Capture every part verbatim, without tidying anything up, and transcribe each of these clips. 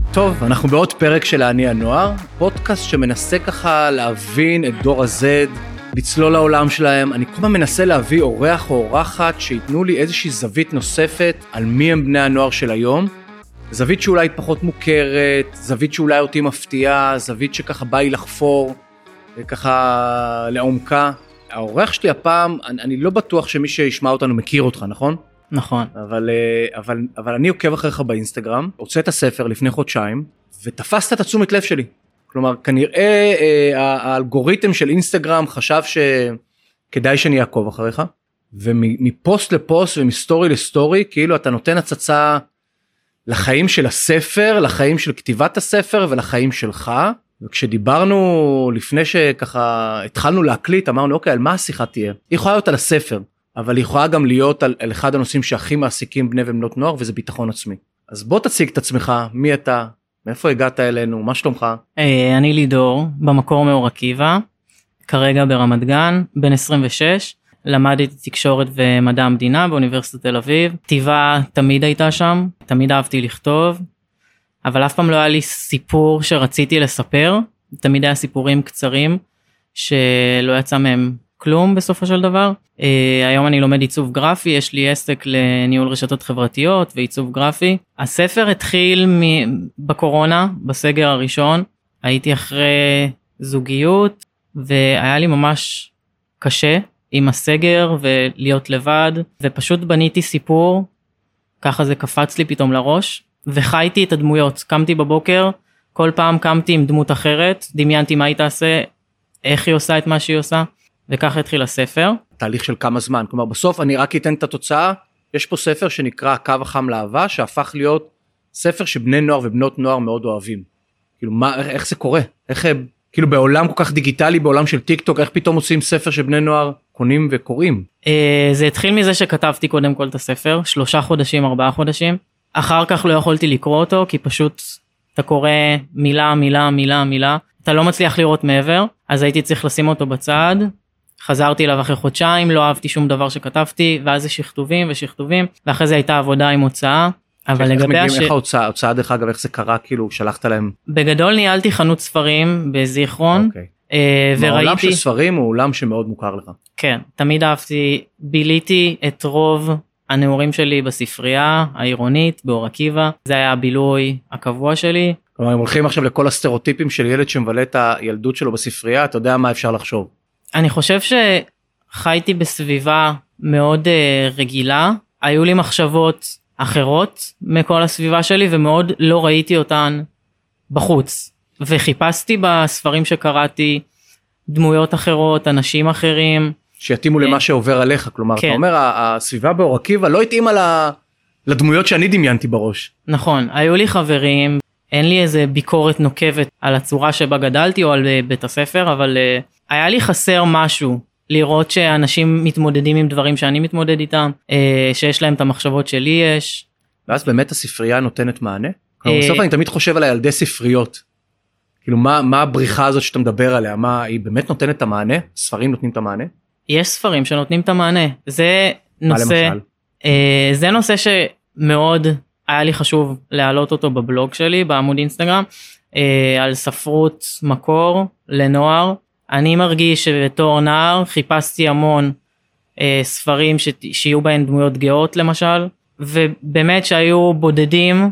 טוב, אנחנו בעוד פרק של אני הנוער, פודקאסט שמנסה ככה להבין את דור ה-Z, לצלול לעולם שלהם. אני כל הזמן מנסה להביא אורח או אורחת שיתנו לי איזושהי זווית נוספת על מי הם בני הנוער של היום. זווית שאולי פחות מוכרת, זווית שאולי אותי מפתיעה, זווית שככה בא לי לחפור, ככה לעומקה. האורח שלי הפעם, אני, אני לא בטוח שמי שישמע אותנו מכיר אותך, נכון? נכון. אבל, אבל, אבל אני עוקב אחריך באינסטגרם, הוצאת הספר לפני חודשיים, ותפסת את התשומת לב שלי. כלומר, כנראה האלגוריתם של אינסטגרם חשב שכדאי שאני אעקוב אחריך, ומפוסט לפוסט ומסטורי לסטורי, כאילו אתה נותן הצצה לחיים של הספר, לחיים של כתיבת הספר ולחיים שלך. וכשדיברנו לפני שככה התחלנו להקליט, אמרנו, אוקיי, על מה השיחה תהיה? היא יכולה להיות על הספר, אבל היא יכולה גם להיות על, על אחד הנושאים שהכי מעסיקים בני ובנות נוער, וזה ביטחון עצמי. אז בוא תציג את עצמך, מי אתה, מאיפה הגעת אלינו, מה שלומך? אני לידור, במקור מאור עקיבא, כרגע ברמת גן, בן עשרים ושש, למדתי תקשורת ומדע המדינה באוניברסיטת תל אביב, כתיבה תמיד הייתה שם, תמיד אהבתי לכתוב, אבל אף פעם לא היה לי סיפור שרציתי לספר, תמיד היה סיפורים קצרים, שלא יצא מהם כלום בסופו של דבר. Uh, היום אני לומד עיצוב גרפי, יש לי עסק לניהול רשתות חברתיות ועיצוב גרפי. הספר התחיל מ- בקורונה, בסגר הראשון, הייתי אחרי זוגיות, והיה לי ממש קשה עם הסגר ולהיות לבד, ופשוט בניתי סיפור, ככה זה קפץ לי פתאום לראש, וחייתי את הדמויות, קמתי בבוקר, כל פעם קמתי עם דמות אחרת, דמיינתי מה היא תעשה, איך היא עושה את מה שהיא עושה, וככה התחיל הספר. תהליך של כמה זמן, כלומר בסוף אני רק אתן את התוצאה, יש פה ספר שנקרא הקו החם לאהבה, שהפך להיות ספר שבני נוער ובנות נוער מאוד אוהבים. כאילו מה, איך זה קורה? איך, כאילו בעולם כל כך דיגיטלי, בעולם של טיק טוק, איך פתאום עושים ספר שבני נוער קונים וקוראים? זה התחיל מזה שכתבתי קודם כל את הספר, שלושה חודשים, ארבעה חודשים, אחר כך לא יכולתי לקרוא אותו, כי פשוט אתה קורא מילה, מילה, מילה, מילה, אתה לא מצליח לראות מעבר, אז הייתי צריך לשים אותו בצד, חזרתי אליו אחרי חודשיים, לא אהבתי שום דבר שכתבתי, ואז זה שכתובים ושכתובים, ואחרי זה הייתה עבודה עם הוצאה, אבל לגבי הש... איך ההוצאה, הוצאה דרך אגב, איך זה קרה, כאילו, שלחת להם? בגדול ניהלתי חנות ספרים בזיכרון, אוקיי. וראיתי... העולם של ספרים הוא עולם שמאוד מוכר לך. כן, תמיד אהבתי, ביליתי את רוב הנעורים שלי בספרייה העירונית, באור עקיבא, זה היה הבילוי הקבוע שלי. כלומר, הם הולכים עכשיו לכל הסטריאוטיפים של ילד שמבלה את הילדות שלו בספרייה, אתה יודע מה אפשר לחשוב? אני חושב שחייתי בסביבה מאוד uh, רגילה, היו לי מחשבות אחרות מכל הסביבה שלי, ומאוד לא ראיתי אותן בחוץ, וחיפשתי בספרים שקראתי דמויות אחרות, אנשים אחרים, שיתאימו למה שעובר עליך, כלומר, אתה אומר, הסביבה באור עקיבא לא התאימה לדמויות שאני דמיינתי בראש. נכון, היו לי חברים, אין לי איזה ביקורת נוקבת על הצורה שבה גדלתי או על בית הספר, אבל היה לי חסר משהו, לראות שאנשים מתמודדים עם דברים שאני מתמודד איתם, שיש להם את המחשבות שלי יש. ואז באמת הספרייה נותנת מענה? בסוף אני תמיד חושב על הילדי ספריות, כאילו מה הבריחה הזאת שאתה מדבר עליה, מה היא באמת נותנת את המענה? ספרים נותנים את המענה? יש ספרים שנותנים את המענה, זה נושא, אה, זה נושא שמאוד היה לי חשוב להעלות אותו בבלוג שלי, בעמוד אינסטגרם, אה, על ספרות מקור לנוער. אני מרגיש שבתור נער חיפשתי המון אה, ספרים ש, שיהיו בהן דמויות גאות למשל, ובאמת שהיו בודדים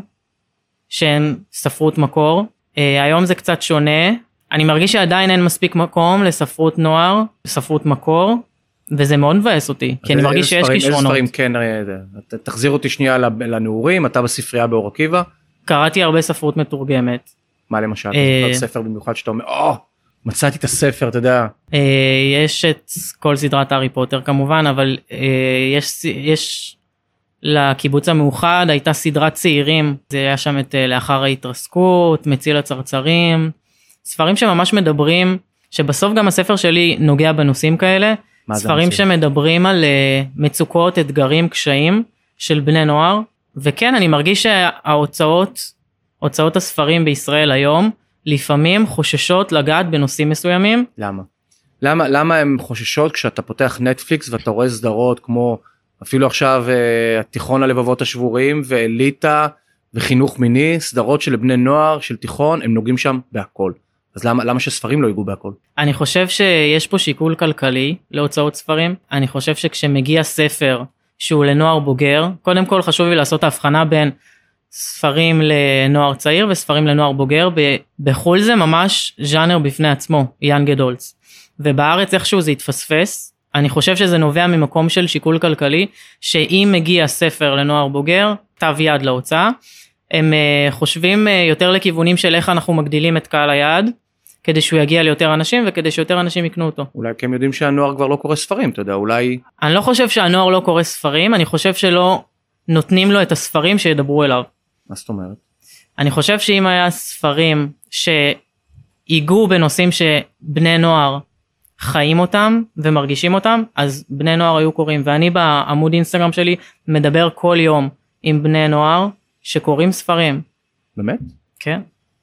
שהם ספרות מקור. אה, היום זה קצת שונה, אני מרגיש שעדיין אין מספיק מקום לספרות נוער, ספרות מקור, וזה מאוד מבאס אותי, כי אני מרגיש שיש כישרונות. איזה ספרים, כן, תחזיר אותי שנייה לנעורים, אתה בספרייה באור עקיבא. קראתי הרבה ספרות מתורגמת. מה למשל? ספר במיוחד שאתה אומר, או, מצאתי את הספר, אתה יודע. יש את כל סדרת הארי פוטר כמובן, אבל יש לקיבוץ המאוחד, הייתה סדרת צעירים, זה היה שם את לאחר ההתרסקות, מציל הצרצרים, ספרים שממש מדברים, שבסוף גם הספר שלי נוגע בנושאים כאלה, ספרים שמדברים על מצוקות, אתגרים, קשיים של בני נוער, וכן, אני מרגיש שההוצאות, הוצאות הספרים בישראל היום, לפעמים חוששות לגעת בנושאים מסוימים. למה? למה, למה הם חוששות כשאתה פותח נטפליקס ואתה רואה סדרות כמו אפילו עכשיו התיכון הלבבות השבורים ואליטה וחינוך מיני, סדרות של בני נוער, של תיכון, הם נוגעים שם בהכל. אז למה, למה שספרים לא ייגעו בהכל? אני חושב שיש פה שיקול כלכלי להוצאות ספרים. אני חושב שכשמגיע ספר שהוא לנוער בוגר, קודם כל חשוב לי לעשות ההבחנה בין ספרים לנוער צעיר וספרים לנוער בוגר. בחול זה ממש ז'אנר בפני עצמו, young adults. ובארץ איכשהו זה התפספס. אני חושב שזה נובע ממקום של שיקול כלכלי, שאם מגיע ספר לנוער בוגר, תו יד להוצאה, הם חושבים יותר לכיוונים של איך אנחנו מגדילים את קהל היעד, כדי שהוא יגיע ליותר אנשים, וכדי שיותר אנשים יקנו אותו. אולי כי הם יודעים שהנוער כבר לא קורא ספרים, אתה יודע, אולי... אני לא חושב שהנוער לא קורא ספרים, אני חושב שלא נותנים לו את הספרים שידברו אליו. מה זאת אומרת? אני חושב שאם היה ספרים שיגעו בנושאים שבני נוער חיים אותם ומרגישים אותם, אז בני נוער היו קוראים, ואני בעמוד אינסטגרם שלי מדבר כל יום עם בני נוער שקוראים ספרים. באמת? כן.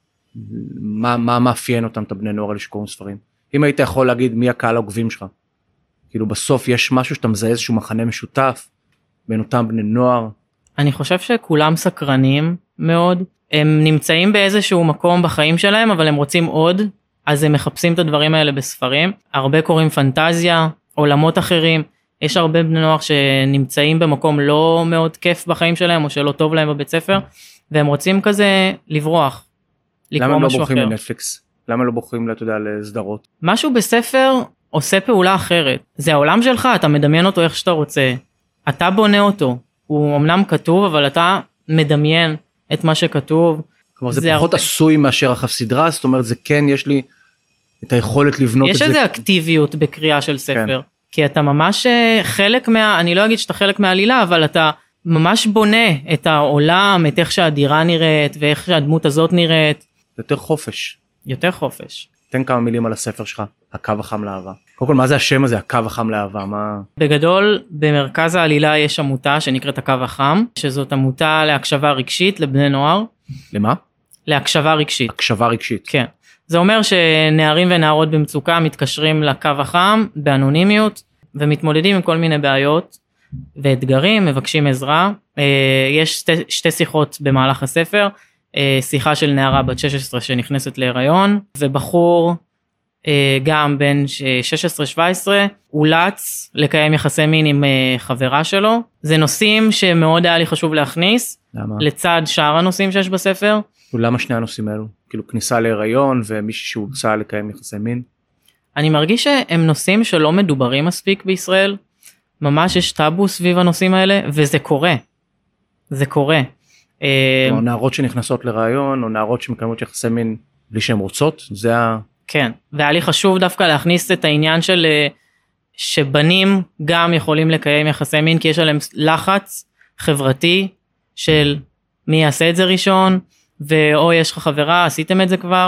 מה, מה מאפיין אותם, את הבני נוער האלה שקוראים ספרים? אם היית יכול להגיד מי הקהל העוקבים שלך, כאילו בסוף יש משהו שאתה מזהה איזשהו מחנה משותף בין אותם בני נוער? אני חושב שכולם סקרנים מאוד, הם נמצאים באיזשהו מקום בחיים שלהם, אבל הם רוצים עוד, אז הם מחפשים את הדברים האלה בספרים. הרבה קוראים פנטזיה, עולמות אחרים, יש הרבה בני נוער שנמצאים במקום לא מאוד כיף בחיים שלהם, או שלא טוב להם בבית ספר, והם רוצים כזה לברוח. למה הם לא בוחרים לנטפליקס? למה לא בוחרים, אתה יודע, לסדרות? משהו בספר עושה פעולה אחרת. זה העולם שלך, אתה מדמיין אותו איך שאתה רוצה. אתה בונה אותו. הוא אמנם כתוב, אבל אתה מדמיין את מה שכתוב. כלומר, זה, זה פחות הרבה... עשוי מאשר אחר סדרה, זאת אומרת, זה כן, יש לי את היכולת לבנות את זה. יש איזו אקטיביות בקריאה של ספר. כן. כי אתה ממש חלק מה, אני לא אגיד שאתה חלק מהעלילה, אבל אתה ממש בונה את העולם, את איך שהדירה נראית, ואיך שהדמות הזאת נראית. יותר חופש. יותר חופש. תן כמה מילים על הספר שלך, הקו החם לאהבה. קודם כל, מה זה השם הזה, הקו החם לאהבה? מה... בגדול, במרכז העלילה יש עמותה שנקראת הקו החם, שזאת עמותה להקשבה רגשית לבני נוער. למה? להקשבה רגשית. הקשבה רגשית. כן. זה אומר שנערים ונערות במצוקה מתקשרים לקו החם באנונימיות, ומתמודדים עם כל מיני בעיות ואתגרים, מבקשים עזרה. יש שתי, שתי שיחות במהלך הספר, שיחה של נערה בת שש עשרה שנכנסת להיריון, ובחור גם בין שש עשרה שבע עשרה, אולץ לקיים יחסי מין עם חברה שלו. זה נושאים שמאוד היה לי חשוב להכניס, למה? לצד שאר הנושאים שיש בספר. ולמה שני הנושאים האלו? כאילו כניסה להיריון ומישהו שהוצא לקיים יחסי מין? אני מרגיש שהם נושאים שלא מדוברים מספיק בישראל, ממש יש טאבו סביב הנושאים האלה, וזה קורה. זה קורה. או נערות שנכנסות להיריון, או נערות שמקיימות יחסי מין בלי שהן רוצות, זה ה... כן, והיה לי חשוב דווקא להכניס את העניין של שבנים גם יכולים לקיים יחסי מין, כי יש עליהם לחץ חברתי של מי יעשה את זה ראשון, ואו יש לך חברה, עשיתם את זה כבר,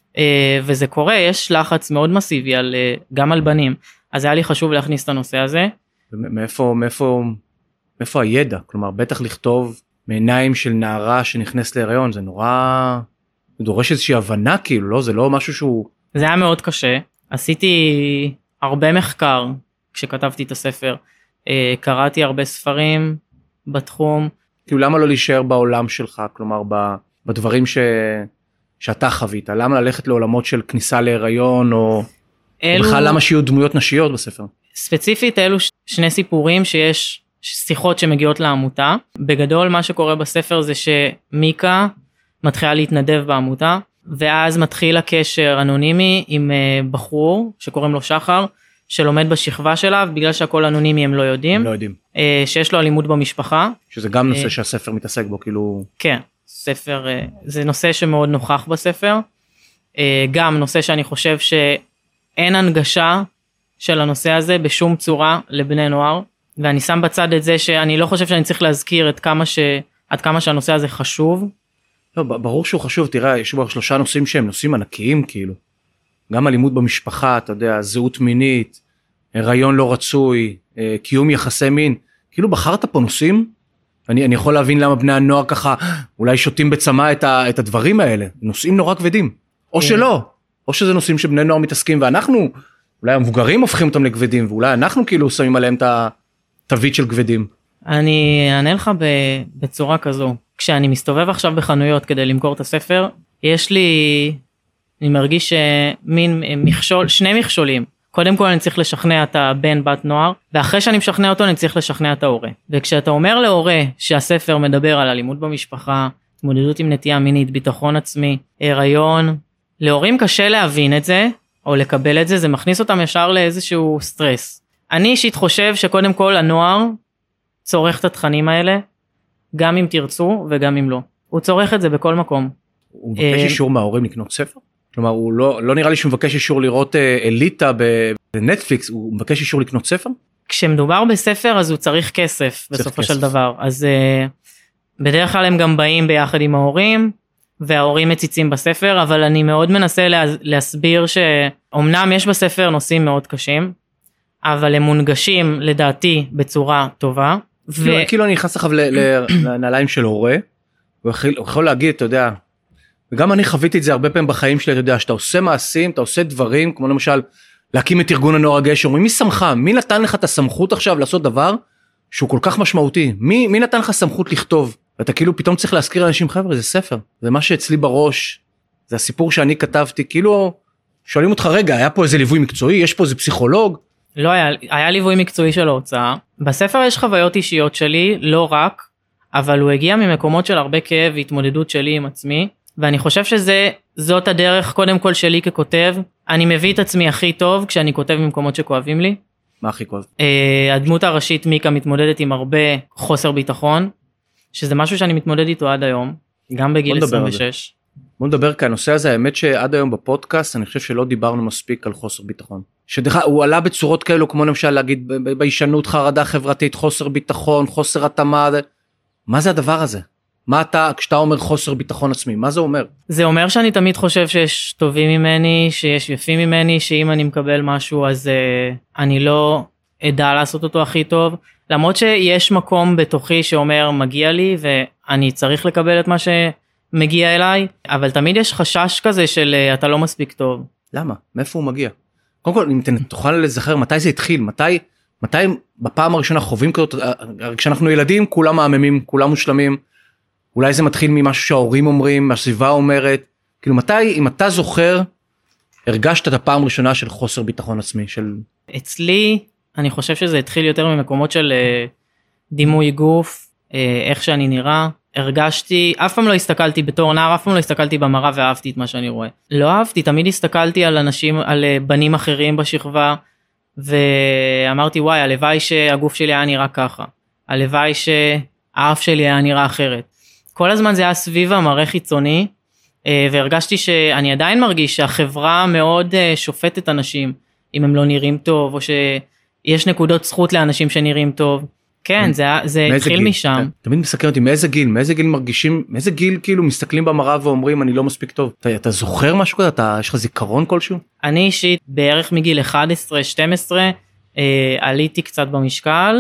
וזה קורה, יש לחץ מאוד מסיבי על, גם על בנים, אז היה לי חשוב להכניס את הנושא הזה. מאיפה, מאיפה, מאיפה הידע? כלומר, בטח לכתוב מעיניים של נערה שנכנס להיריון, זה נורא, זה דורש איזושהי הבנה כאילו, לא? זה לא משהו שהוא... זה היה מאוד קשה, עשיתי הרבה מחקר כשכתבתי את הספר, קראתי הרבה ספרים בתחום. כאילו למה לא להישאר בעולם שלך, כלומר בדברים ש... שאתה חווית, למה ללכת לעולמות של כניסה להיריון, או אלו... בכלל למה שיהיו דמויות נשיות בספר? ספציפית אלו שני סיפורים שיש שיחות שמגיעות לעמותה, בגדול מה שקורה בספר זה שמיקה מתחילה להתנדב בעמותה, ואז מתחיל הקשר אנונימי עם בחור שקוראים לו שחר, שלומד בשכבה שלה, בגלל שהכל אנונימי הם לא יודעים. הם לא יודעים. שיש לו אלימות במשפחה. שזה גם נושא שהספר מתעסק בו, כאילו... כן, ספר, זה נושא שמאוד נוכח בספר. גם נושא שאני חושב שאין הנגשה של הנושא הזה בשום צורה לבני נוער, ואני שם בצד את זה שאני לא חושב שאני צריך להזכיר את כמה ש... עד כמה שהנושא הזה חשוב. לא, ברור שהוא חשוב, תראה, יש בו שלושה נושאים שהם נושאים ענקיים, כאילו. גם אלימות במשפחה, אתה יודע, זהות מינית, הריון לא רצוי, קיום יחסי מין, כאילו בחרת פה נושאים, אני, אני יכול להבין למה בני הנוער ככה, אולי שותים בצמא את, ה, את הדברים האלה, נושאים נורא כבדים, או שלא, או שזה נושאים שבני נוער מתעסקים, ואנחנו, אולי המבוגרים הופכים אותם לכבדים, ואולי אנחנו כאילו שמים עליהם את התווית של כבדים. אני אענה לך בצורה כזו, כשאני מסתובב עכשיו בחנויות כדי למכור את הספר, יש לי, אני מרגיש מין מכשול, שני מכשולים. קודם כל אני צריך לשכנע את הבן בת נוער, ואחרי שאני משכנע אותו אני צריך לשכנע את ההורה. וכשאתה אומר להורה שהספר מדבר על אלימות במשפחה, התמודדות עם נטייה מינית, ביטחון עצמי, הריון, להורים קשה להבין את זה, או לקבל את זה, זה מכניס אותם ישר לאיזשהו סטרס. אני אישית חושב שקודם כל הנוער צורך את התכנים האלה, גם אם תרצו וגם אם לא. הוא צורך את זה בכל מקום. הוא מבקש אישור מההורים לקנות ספר? כלומר, הוא לא, לא נראה לי שהוא מבקש אישור לראות אליטה בנטפליקס, הוא מבקש אישור לקנות ספר? כשמדובר בספר אז הוא צריך כסף בסופו של דבר. אז בדרך כלל הם גם באים ביחד עם ההורים, וההורים מציצים בספר, אבל אני מאוד מנסה להסביר שאומנם יש בספר נושאים מאוד קשים, אבל הם מונגשים לדעתי בצורה טובה. כאילו אני נכנס לך לנעליים של הורה, הוא יכול להגיד, אתה יודע, וגם אני חוויתי את זה הרבה פעמים בחיים שלי, אתה יודע, שאתה עושה מעשים, אתה עושה דברים, כמו למשל, להקים את ארגון הנוער הגשר, מי שמך? מי נתן לך את הסמכות עכשיו לעשות דבר שהוא כל כך משמעותי? מי, מי נתן לך סמכות לכתוב? ואתה כאילו פתאום צריך להזכיר לאנשים, חבר'ה, זה ספר, זה מה שאצלי בראש, זה הסיפור שאני כתבתי, כאילו, שואלים אותך, רגע, היה פה איזה ליווי מקצועי, יש פה איזה פסיכולוג? לא היה, היה ליווי מקצועי של ההוצאה. בספר יש חוויות אישיות שלי, לא רק, אבל הוא הגיע ממקומות של הרבה כאב והתמודדות שלי עם עצמי, ואני חושב שזה, זאת הדרך קודם כל שלי ככותב, אני מביא את עצמי הכי טוב כשאני כותב במקומות שכואבים לי. מה הכי כואב? הדמות הראשית מיקה מתמודדת עם הרבה חוסר ביטחון, שזה משהו שאני מתמודד איתו עד היום, גם בגיל עשרים ושש. בוא נדבר כאן, הנושא הזה, האמת שעד היום בפודקאסט, אני חושב שלא דיברנו מספיק על חוסר ביטחון. שדרך הוא עלה בצורות כאלו, כמו למשל להגיד, בישנות, חרדה חברתית, חוסר ביטחון, חוסר התאמה, מה זה הדבר הזה? מה אתה, כשאתה אומר חוסר ביטחון עצמי, מה זה אומר? זה אומר שאני תמיד חושב שיש טובים ממני, שיש יפים ממני, שאם אני מקבל משהו, אז uh, אני לא אדע לעשות אותו הכי טוב, למרות שיש מקום בתוכי שאומר מגיע לי, ואני צריך לקבל את מה שמגיע אליי, אבל תמיד יש חשש כזה של uh, אתה לא מספיק טוב. למה? מאיפה הוא מגיע? קודם כל, אם תוכל לזכר מתי זה התחיל, מתי, מתי בפעם הראשונה חווים כזאת, כשאנחנו ילדים כולם מהממים, כולם מושלמים, אולי זה מתחיל ממשהו שההורים אומרים, הסביבה אומרת, כאילו מתי, אם אתה זוכר, הרגשת את הפעם הראשונה של חוסר ביטחון עצמי, של... אצלי, אני חושב שזה התחיל יותר ממקומות של uh, דימוי גוף, uh, איך שאני נראה, הרגשתי, אף פעם לא הסתכלתי בתור נער, אף פעם לא הסתכלתי במראה ואהבתי את מה שאני רואה. לא אהבתי, תמיד הסתכלתי על אנשים, על uh, בנים אחרים בשכבה, ואמרתי וואי, הלוואי שהגוף שלי היה נראה ככה, הלוואי שהאף שלי היה נראה אחרת. כל הזמן זה היה סביב המראה חיצוני, והרגשתי שאני עדיין מרגיש שהחברה מאוד שופטת אנשים, אם הם לא נראים טוב, או שיש נקודות זכות לאנשים שנראים טוב. כן, זה, זה התחיל משם. תמיד מסקר אותי, מאיזה גיל, מאיזה גיל מרגישים, מאיזה גיל כאילו מסתכלים במראה ואומרים, אני לא מספיק טוב. אתה, אתה זוכר משהו כזה? אתה, יש לך זיכרון כלשהו? אני אישית, בערך מגיל אחת עשרה שתים עשרה, אה, עליתי קצת במשקל,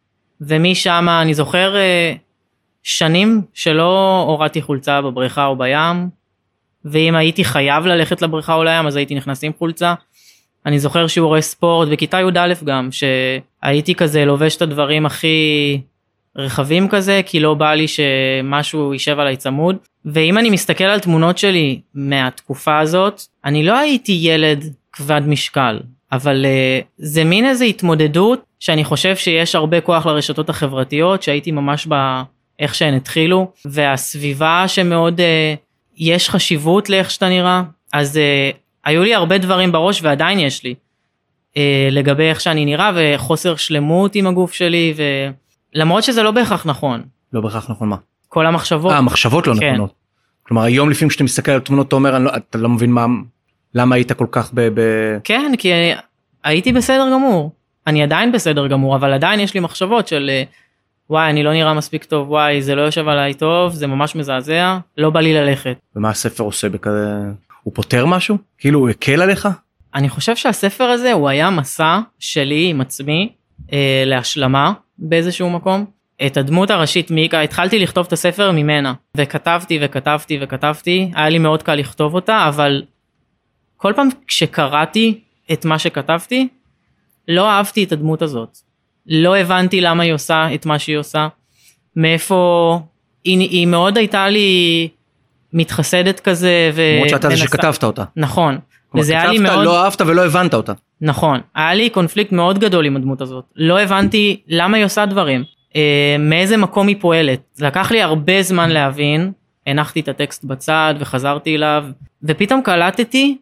ומשם אני זוכר... אה, שנים שלא הורדתי חולצה בבריכה או בים, ואם הייתי חייב ללכת לבריכה או לים, אז הייתי נכנס עם חולצה. אני זוכר שיעורי ספורט, בכיתה י' א' גם, שהייתי כזה לובש את הדברים הכי רחבים כזה, כי לא בא לי שמשהו יישב עליי צמוד. ואם אני מסתכל על תמונות שלי מהתקופה הזאת, אני לא הייתי ילד כבד משקל, אבל uh, זה מין איזו התמודדות, שאני חושב שיש הרבה כוח לרשתות החברתיות, שהייתי ממש ב... איך שהן התחילו, והסביבה שמאוד אה, יש חשיבות לאיך שאתה נראה, אז אה, היו לי הרבה דברים בראש ועדיין יש לי, אה, לגבי איך שאני נראה וחוסר שלמות עם הגוף שלי, ולמרות שזה לא בהכרח נכון. לא בהכרח נכון מה? כל המחשבות. אה, המחשבות לא כן. נכונות. כלומר היום לפעמים כשאתה מסתכל על תמונות אתה אומר, לא, אתה לא מבין מה, למה היית כל כך ב... ב... כן, כי הייתי בסדר גמור, אני עדיין בסדר גמור, אבל עדיין יש לי מחשבות של... וואי, אני לא נראה מספיק טוב, וואי, זה לא יושב עליי טוב, זה ממש מזעזע, לא בא לי ללכת. ומה הספר עושה בכזה? הוא פותר משהו? כאילו הוא הקל עליך? אני חושב שהספר הזה הוא היה מסע שלי עם עצמי אה, להשלמה באיזשהו מקום. את הדמות הראשית מיקה, התחלתי לכתוב את הספר ממנה, וכתבתי וכתבתי וכתבתי, היה לי מאוד קל לכתוב אותה, אבל כל פעם כשקראתי את מה שכתבתי, לא אהבתי את הדמות הזאת. לא הבנתי למה היא עושה את מה שהיא עושה, מאיפה היא, היא מאוד הייתה לי מתחסדת כזה. למרות שאתה זה שכתבת אותה. נכון. וזה היה לי מאוד... לא אהבת ולא הבנת אותה. נכון. היה לי קונפליקט מאוד גדול עם הדמות הזאת. לא הבנתי למה היא עושה דברים. אה, מאיזה מקום היא פועלת. לקח לי הרבה זמן להבין. הנחתי את הטקסט בצד וחזרתי אליו. ופתאום קלטתי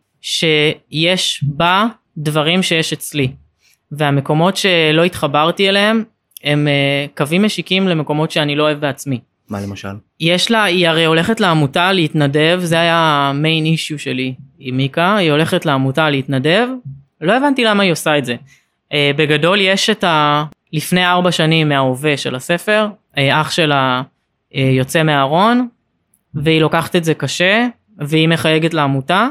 שיש בה דברים שיש אצלי. והמקומות שלא התחברתי אליהם, הם uh, קווים משיקים למקומות שאני לא אוהב בעצמי. מה למשל? יש לה, היא הרי הולכת לעמותה להתנדב, זה היה המיין אישיו שלי עם מיקה, היא הולכת לעמותה להתנדב, לא הבנתי למה היא עושה את זה. Uh, בגדול יש את ה... לפני ארבע שנים מההווה של הספר, uh, אח שלה uh, יוצא מהארון, והיא לוקחת את זה קשה, והיא מחייגת לעמותה,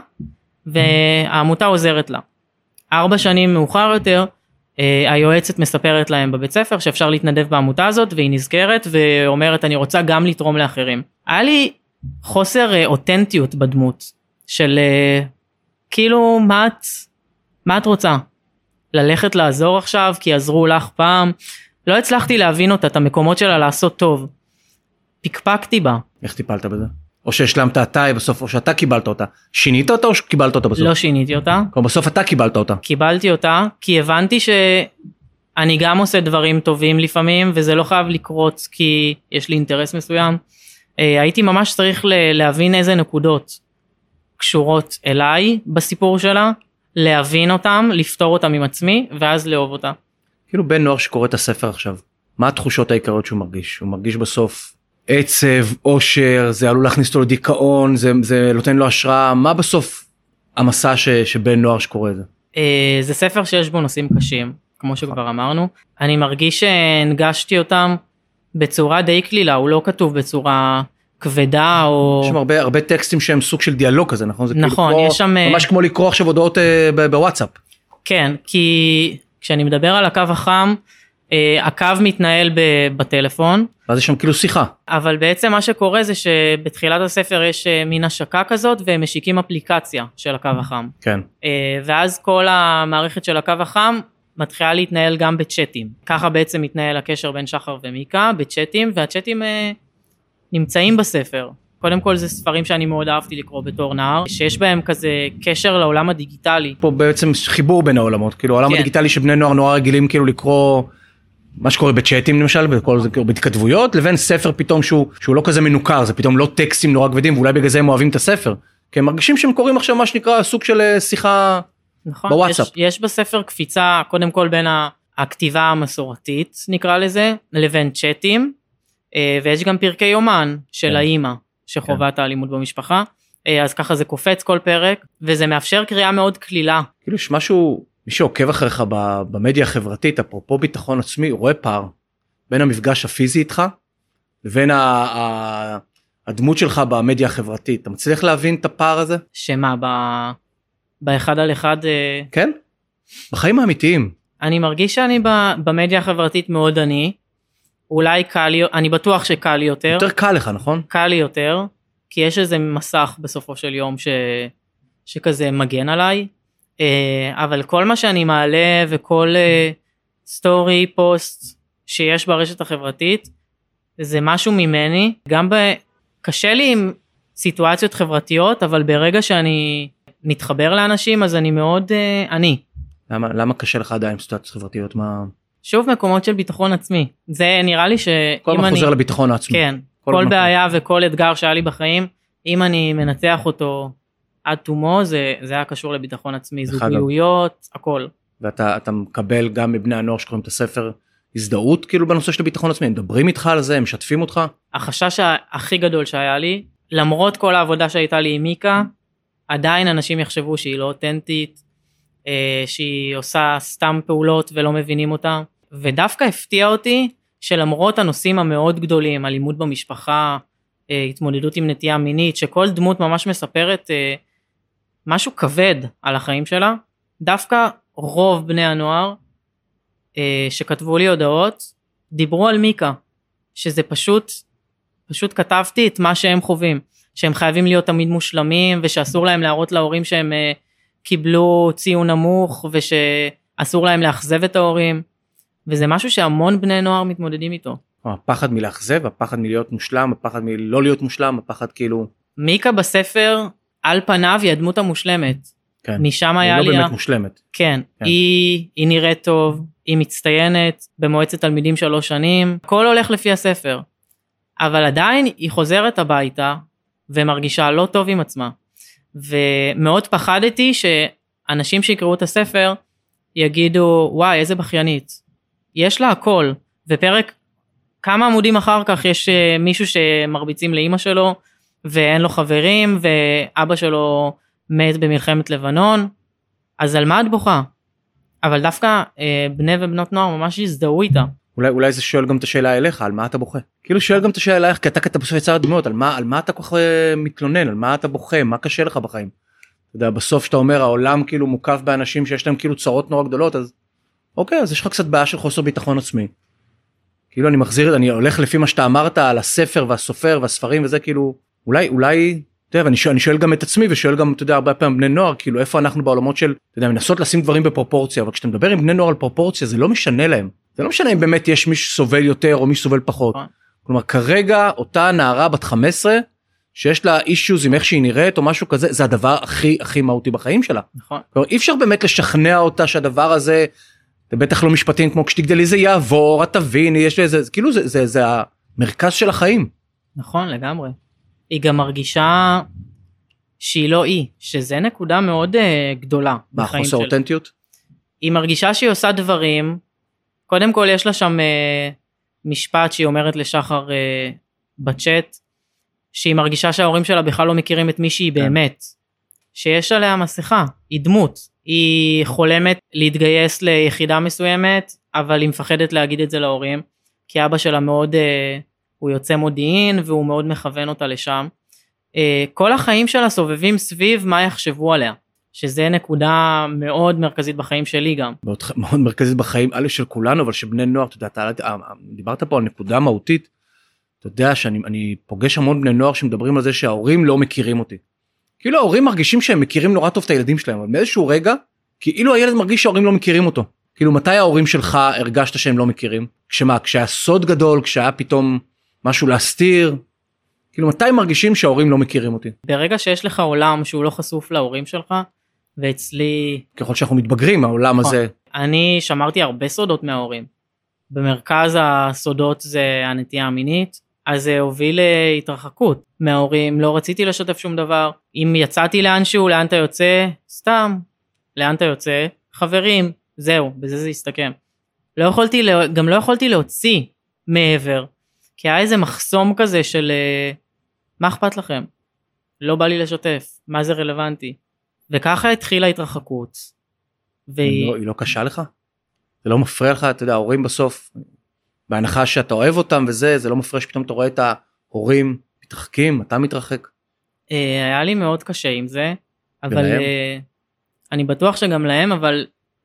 והעמותה עוזרת לה. ארבע שנים מאוחר יותר, היועצת מספרת להם בבית ספר שאפשר להתנדב בעמותה הזאת, והיא נזכרת ואומרת אני רוצה גם לתרום לאחרים. היה לי חוסר אותנטיות בדמות, של כאילו מה את, מה את רוצה? ללכת לעזור עכשיו כי עזרו לך פעם? לא הצלחתי להבין אותה, את המקומות שלה לעשות טוב. פקפקתי בה. איך טיפלת בזה? או שהשלמת אתה בסוף, או שאתה קיבלת אותה. שינית אותה או שקיבלת אותה בסוף? לא שיניתי אותה. כלומר בסוף אתה קיבלת אותה. קיבלתי אותה, כי הבנתי שאני גם עושה דברים טובים לפעמים, וזה לא חייב לקרות כי יש לי אינטרס מסוים. הייתי ממש צריך להבין איזה נקודות קשורות אליי בסיפור שלה, להבין אותם, לפתור אותם עם עצמי, ואז לאהוב אותה. כאילו בן נוער שקורא את הספר עכשיו, מה התחושות העיקריות שהוא מרגיש? הוא מרגיש בסוף עצב, אושר, זה עלול להכניס אותו לדיכאון, זה, זה נותן לו השראה, מה בסוף המסע ש, שבן נוער שקורא את זה? זה ספר שיש בו נושאים קשים, כמו שכבר אמרנו. אני מרגיש שהנגשתי אותם בצורה די כלילה, הוא לא כתוב בצורה כבדה או... יש שם הרבה, הרבה טקסטים שהם סוג של דיאלוג כזה, נכון? זה נכון, כאילו יש שם... ממש כמו לקרוא עכשיו הודעות בוואטסאפ. כן, כי כשאני מדבר על הקו החם, הקו מתנהל בטלפון. אז יש שם כאילו שיחה. אבל בעצם מה שקורה זה שבתחילת הספר יש מין השקה כזאת, והם משיקים אפליקציה של הקו החם. כן. ואז כל המערכת של הקו החם מתחילה להתנהל גם בצ'אטים. ככה בעצם מתנהל הקשר בין שחר ומיקה, בצ'אטים, והצ'אטים נמצאים בספר. קודם כל זה ספרים שאני מאוד אהבתי לקרוא בתור נער, שיש בהם כזה קשר לעולם הדיגיטלי. פה בעצם חיבור בין העולמות, כאילו העולם כן. הדיגיטלי שבני נוער נורא רגילים כאילו לקרוא מה שקורה בצ'אטים למשל, בכל זה בהתכתבויות, לבין ספר פתאום שהוא, שהוא לא כזה מנוכר, זה פתאום לא טקסטים נורא כבדים, ואולי בגלל זה הם אוהבים את הספר, כי הם מרגישים שהם קוראים עכשיו מה שנקרא סוג של שיחה נכון, בוואטסאפ. יש, יש בספר קפיצה קודם כל בין הכתיבה המסורתית נקרא לזה, לבין צ'אטים, ויש גם פרקי יומן של כן. האימא, שחובה את האלימות במשפחה, אז ככה זה קופץ כל פרק, וזה מאפשר קריאה מאוד כלילה. כאילו יש משהו, מי שעוקב אחריך במדיה החברתית, אפרופו ביטחון עצמי, הוא רואה פער, בין המפגש הפיזי איתך, לבין הדמות שלך במדיה החברתית. אתה מצליח להבין את הפער הזה? שמה, באחד על אחד? כן, בחיים האמיתיים. אני מרגיש שאני במדיה החברתית מאוד עני, אולי קל לי, אני בטוח שקל לי יותר. יותר קל לך, נכון? קל לי יותר, כי יש איזה מסך בסופו של יום ש... שכזה מגן עליי, אבל כל מה שאני מעלה וכל סטורי, פוסט שיש ברשת החברתית, זה משהו ממני, גם ב... קשה לי עם סיטואציות חברתיות, אבל ברגע שאני מתחבר לאנשים, אז אני מאוד עני. למה, למה קשה לך עדיין עם סיטואציות חברתיות? מה... שוב מקומות של ביטחון עצמי, זה נראה לי שאם אני... כל מה חוזר אני... לביטחון העצמי. כן, כל, כל בעיה וכל אתגר שהיה לי בחיים, אם אני מנצח אותו עד תומו, זה, זה היה קשור לביטחון עצמי, זוגיות, הכל. ואתה אתה מקבל גם מבני הנוער שקוראים את הספר, הזדהות כאילו בנושא של ביטחון עצמי, הם מדברים איתך על זה, הם משתפים אותך? החשש הכי גדול שהיה לי, למרות כל העבודה שהייתה לי עם מיקה, עדיין אנשים יחשבו שהיא לא אותנטית, שהיא עושה סתם פעולות ולא מבינים אותה, ודווקא הפתיע אותי שלמרות הנושאים המאוד גדולים, אלימות במשפחה, התמודדות עם נטייה מינית, שכל דמות ממש מספרת משהו כבד על החיים שלה, דווקא רוב בני הנוער שכתבו לי הודעות, דיברו על מיקה, שזה פשוט, פשוט כתבתי את מה שהם חווים, שהם חייבים להיות תמיד מושלמים, ושאסור להם להראות להורים שהם קיבלו ציון נמוך, ושאסור להם לאכזב את ההורים, וזה משהו שהמון בני נוער מתמודדים איתו. הפחד מלאכזב, הפחד מלהיות מושלם, הפחד מלא להיות מושלם, הפחד כאילו... מיקה בספר, על פניו היא הדמות המושלמת. כן. משם היה לי... היא לא באמת מושלמת. כן. כן. היא, היא נראית טוב, היא מצטיינת, במועצת תלמידים שלוש שנים, הכל הולך לפי הספר. אבל עדיין היא חוזרת הביתה, ומרגישה לא טוב עם עצמה. ומאוד פחדתי שאנשים שיקראו את הספר, יגידו, וואי, איזה בכיינית. יש לה הכל. ופרק, כמה עמודים אחר כך, יש מישהו שמרביצים לאמא שלו, ואין לו חברים, ואבא שלו מת במלחמת לבנון. אז על מה את בוכה? אבל דווקא אה, בני ובנות נוער ממש הזדהו איתה. אולי, אולי זה שואל גם את השאלה אליך, על מה אתה בוכה? כאילו שואל גם את השאלה אליך, כי אתה כתב בסוף יצר דמות, על מה, על מה אתה כל כך מתלונן, על מה אתה בוכה, מה קשה לך בחיים? אתה יודע, בסוף שאתה אומר, העולם כאילו מוקף באנשים שיש להם כאילו צרות נורא גדולות, אז אוקיי, אז יש לך קצת בעיה של חוסר ביטחון עצמי. כאילו אני מחזיר, אני הולך לפי מה שאתה אמרת על הספר והסופר והספרים וזה כאילו, אולי, אולי, אתה יודע, ואני שואל, אני שואל גם את עצמי ושואל גם, אתה יודע, הרבה פעמים בני נוער, כאילו איפה אנחנו בעולמות של, אתה יודע, מנסות לשים דברים בפרופורציה, אבל כשאתה מדבר עם בני נוער על פרופורציה, זה לא משנה להם. זה לא משנה אם באמת יש מי שסובל יותר או מי שסובל פחות. כלומר, כרגע אותה נערה בת חמש עשרה, שיש לה אישיוז עם איך שהיא נראית או משהו כזה, זה הדבר הכי, הכי מהותי בחיים שלה. נכון. כלומר, אי אפשר באמת לשכנע אותה שהדבר הזה, זה בטח לא משפטים כמו כשתגדלי זה יעבור, את תביני, יש לזה, כאילו זה, זה, זה המרכז של החיים. נכון, לגמרי. היא גם מרגישה שהיא לא היא, שזה נקודה מאוד uh, גדולה בחיים חוסר שלה. אותנטיות? היא מרגישה שהיא עושה דברים, קודם כל יש לה שם uh, משפט שהיא אומרת לשחר uh, בצ'אט, שהיא מרגישה שההורים שלה בכלל לא מכירים את מי שהיא כן. באמת, שיש עליה מסכה, היא דמות, היא חולמת להתגייס ליחידה מסוימת, אבל היא מפחדת להגיד את זה להורים, כי אבא שלה מאוד, uh, הוא יוצא מודיעין, והוא מאוד מכוון אותה לשם, uh, כל החיים שלה סובבים סביב מה יחשבו עליה, שזה נקודה מאוד מרכזית בחיים שלי גם. מאוד, מאוד מרכזית בחיים, א' של כולנו, אבל שבני נוער, אתה יודע, אתה, דיברת פה על נקודה מהותית, אתה יודע שאני אני פוגש המון בני נוער שמדברים על זה שההורים לא מכירים אותי. כאילו ההורים מרגישים שהם מכירים נורא טוב את הילדים שלהם, אבל באיזשהו רגע, כאילו הילד מרגיש שההורים לא מכירים אותו. כאילו מתי ההורים שלך הרגשת שהם לא מכירים? כשמה, כשהיה סוד גדול, כשהיה פתאום משהו להסתיר, כאילו מתי מרגישים שההורים לא מכירים אותי? ברגע שיש לך עולם שהוא לא חשוף להורים שלך, ואצלי... ככל שאנחנו מתבגרים, העולם הזה... אני שמרתי הרבה סודות מההורים. במרכז הסודות זה הנטייה המינית, אז זה הוביל להתרחקות מההורים, לא רציתי לשתף שום דבר. אם יצאתי לאנשהו, לאן אתה יוצא? סתם. לאן אתה יוצא? חברים, זהו, בזה זה יסתכם. לא יכולתי, גם לא יכולתי להוציא מעבר, כי היה איזה מחסום כזה של מה אכפת לכם? לא בא לי לשתף, מה זה רלוונטי? וככה התחילה התרחקות. והיא... לא, היא לא קשה לך? זה לא מפריע לך, אתה יודע, ההורים בסוף, בהנחה שאתה אוהב אותם וזה, זה לא מפריע שפתאום אתה רואה את ההורים מתרחקים, אתה מתרחק? היה לי מאוד קשה עם זה, אבל אני בטוח שגם להם, אבל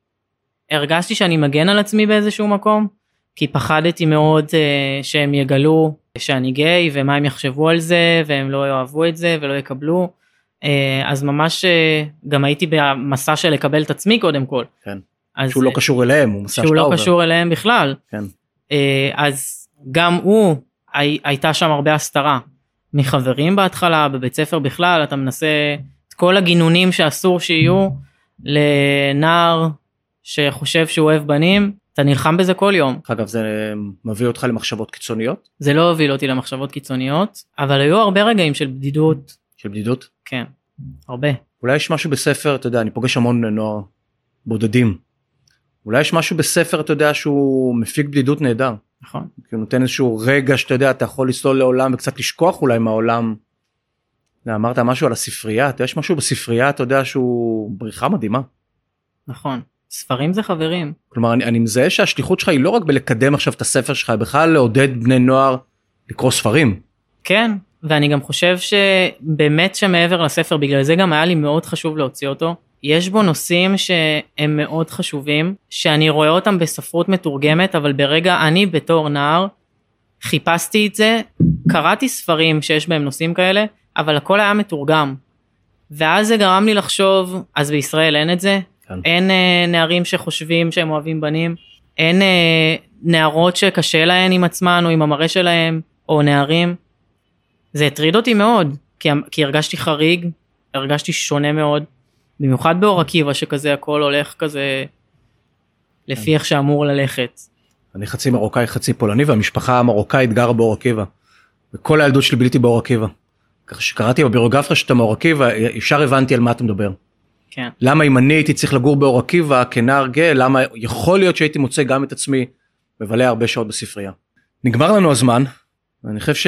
הרגשתי שאני מגן על עצמי באיזשהו מקום, כי פחדתי מאוד שהם יגלו שאני גיי, ומה הם יחשבו על זה, והם לא יאהבו את זה, ולא יקבלו, אז ממש גם הייתי במסע של לקבל את עצמי קודם כל. כן. שהוא לא קשור אליהם, הוא מסע שאתה עובר. שהוא לא קשור אליהם בכלל. כן. אז גם הוא, הייתה שם הרבה הסתרה, מחברים בהתחלה, בבית ספר בכלל, אתה מנסה את כל הגינונים שאסור שיהיו, לנער שחושב שהוא אוהב בנים, אתה נלחם בזה כל יום. אגב, זה מביא אותך למחשבות קיצוניות? זה לא הוביל אותי למחשבות קיצוניות, אבל היו הרבה רגעים של בדידות. של בדידות? כן, הרבה. אולי יש משהו בספר, אתה יודע, אני פוגש המון נוער בודדים. אולי יש משהו בספר, אתה יודע, שהוא מפיק בדידות נהדר. נכון. כי הוא נותן איזשהו רגע שאתה יודע, אתה יכול לסלול לעולם וקצת לשכוח אולי מהעולם. אמרת משהו על הספרייה, אתה יש משהו בספרייה, אתה יודע, שהוא בריחה מדהימה. נכון. ספרים זה חברים. כלומר, אני, אני מזהה שהשליחות שלך היא לא רק בלקדם עכשיו את הספר שלך, היא בכלל לעודד בני נוער לקרוא ספרים. כן, ואני גם חושב שבאמת שמעבר לספר, בגלל זה גם היה לי מאוד חשוב להוציא אותו, יש בו נושאים שהם מאוד חשובים, שאני רואה אותם בספרות מתורגמת, אבל ברגע אני בתור נער, חיפשתי את זה, קראתי ספרים שיש בהם נושאים כאלה, אבל הכל היה מתורגם. ואז זה גרם לי לחשוב, אז בישראל אין את זה, כן. אין אה, נערים שחושבים שהם אוהבים בנים, אין אה, נערות שקשה להן עם עצמן או עם המראה שלהם, או נערים, זה הטריד אותי מאוד, כי, כי הרגשתי חריג, הרגשתי שונה מאוד, במיוחד באור עקיבא שכזה הכל הולך כזה, לפי איך שאמור ללכת. אני חצי מרוקאי, חצי פולני, והמשפחה המרוקאית גרה באור עקיבא, וכל הילדות שלי ביליתי באור עקיבא. ככה שקראתי בביוגרפיה שאתה מאור עקיבא, ישר הבנתי על מה אתה מדבר. כן. למה אם אני הייתי צריך לגור באור עקיבא כנער גאה, למה יכול להיות שהייתי מוצא גם את עצמי, מבלה הרבה שעות בספרייה. נגמר לנו הזמן, ואני חושב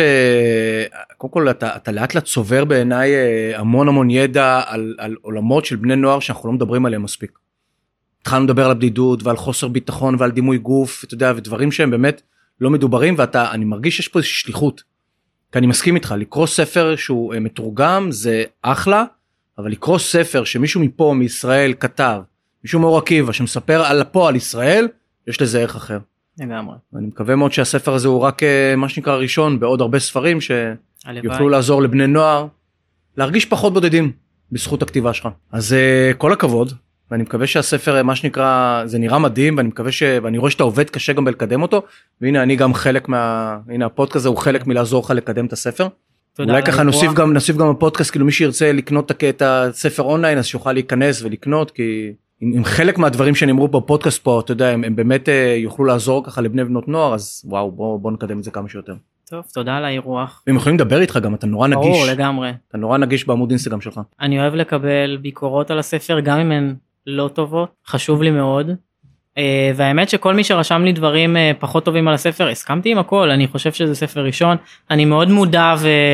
שקודם כל אתה, אתה לאט לאט צובר בעיניי המון המון ידע על, על עולמות של בני נוער שאנחנו לא מדברים עליהם מספיק. התחלנו לדבר על הבדידות ועל חוסר ביטחון ועל דימוי גוף, אתה יודע, ודברים שהם באמת לא מדוברים, ואתה, אני מרגיש שיש פה איזושהי שליחות. כי אני מסכים איתך, לקרוא ספר שהוא מתורגם זה אחלה, אבל לקרוא ספר שמישהו מפה מישראל כתב, מישהו מאור עקיבא שמספר על פה על ישראל, יש לזה ערך אחר. לגמרי. ואני מקווה מאוד שהספר הזה הוא רק מה שנקרא ראשון בעוד הרבה ספרים שיוכלו לעזור לבני נוער להרגיש פחות בודדים בזכות הכתיבה שלך. אז כל הכבוד, ואני מקווה שהספר מה שנקרא זה נראה מדהים, ואני מקווה ש... ואני רואה שאתה עובד קשה גם בלקדם אותו, והנה אני גם חלק מה... הנה הפודקאסט הזה הוא חלק מלעזור לך לקדם את הספר. אולי ככה נוסיף גם, נוסיף גם בפודקאסט, כאילו מי שירצה לקנות את הספר אונליין אז שיוכל להיכנס ולקנות, כי אם חלק מהדברים שנאמרו בפודקאסט פה, אתה יודע, הם, הם באמת יוכלו לעזור ככה לבני ובנות נוער, אז וואו, בוא, בוא נקדם את זה כמה שיותר. טוב, תודה על האירוח. והם יכולים לדבר איתך גם, אתה נורא נגיש. ברור, לגמרי. אתה נורא נגיש בעמוד אינסטגרם שלך. אני אוהב לקבל ביקורות על הספר, גם אם הן לא טובות, חשוב לי מאוד. והאמת שכל מי שרשם לי דברים פחות טובים על הספר, הסכמתי עם הכל, אני חושב שזה ספר ראשון, אני מאוד מודע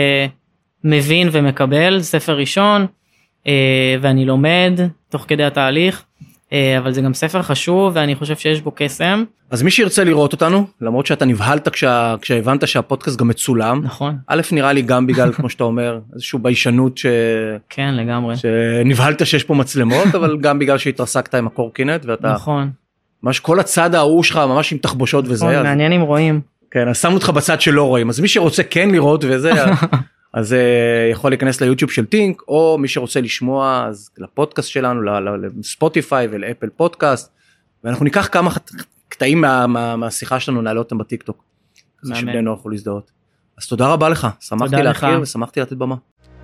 ומבין ומקבל, ספר ראשון, ואני לומד תוך כדי התהליך, אבל זה גם ספר חשוב ואני חושב שיש בו קסם. אז מי שירצה לראות אותנו, למרות שאתה נבהלת כשה, כשהבנת שהפודקאסט גם מצולם, נכון. א' נראה לי גם בגלל כמו שאתה אומר, איזשהו ביישנות ש... כן, לגמרי. שנבהלת שיש פה מצלמות, אבל גם בגלל שהתרסקת עם הקורקינט ואתה... נכון. ממש כל הצד ההוא שלך ממש עם תחבושות וזה. נכון, מעניין אם רואים. כן, אז שמנו אותך בצד שלא רואים, אז מי שרוצה כן לראות וזה... אז uh, יכול להיכנס ליוטיוב של טינק, או מי שרוצה לשמוע אז לפודקאסט שלנו, לספוטיפיי ולאפל פודקאסט, ואנחנו ניקח כמה קטעים מה, מה, מהשיחה שלנו, נעלה אותם בטיק טוק, כזה שבני נוער יכולו להזדהות. אז תודה רבה לך, שמחתי להכיר ושמחתי לתת במה.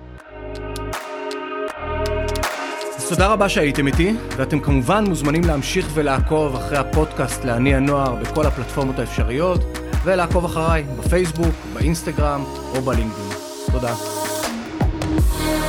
אז תודה רבה שהייתם איתי, ואתם כמובן מוזמנים להמשיך ולעקוב אחרי הפודקאסט לעני הנוער בכל הפלטפורמות האפשריות, ולעקוב אחריי בפייסבוק, באינסטגרם או בלינקדאין. תודה.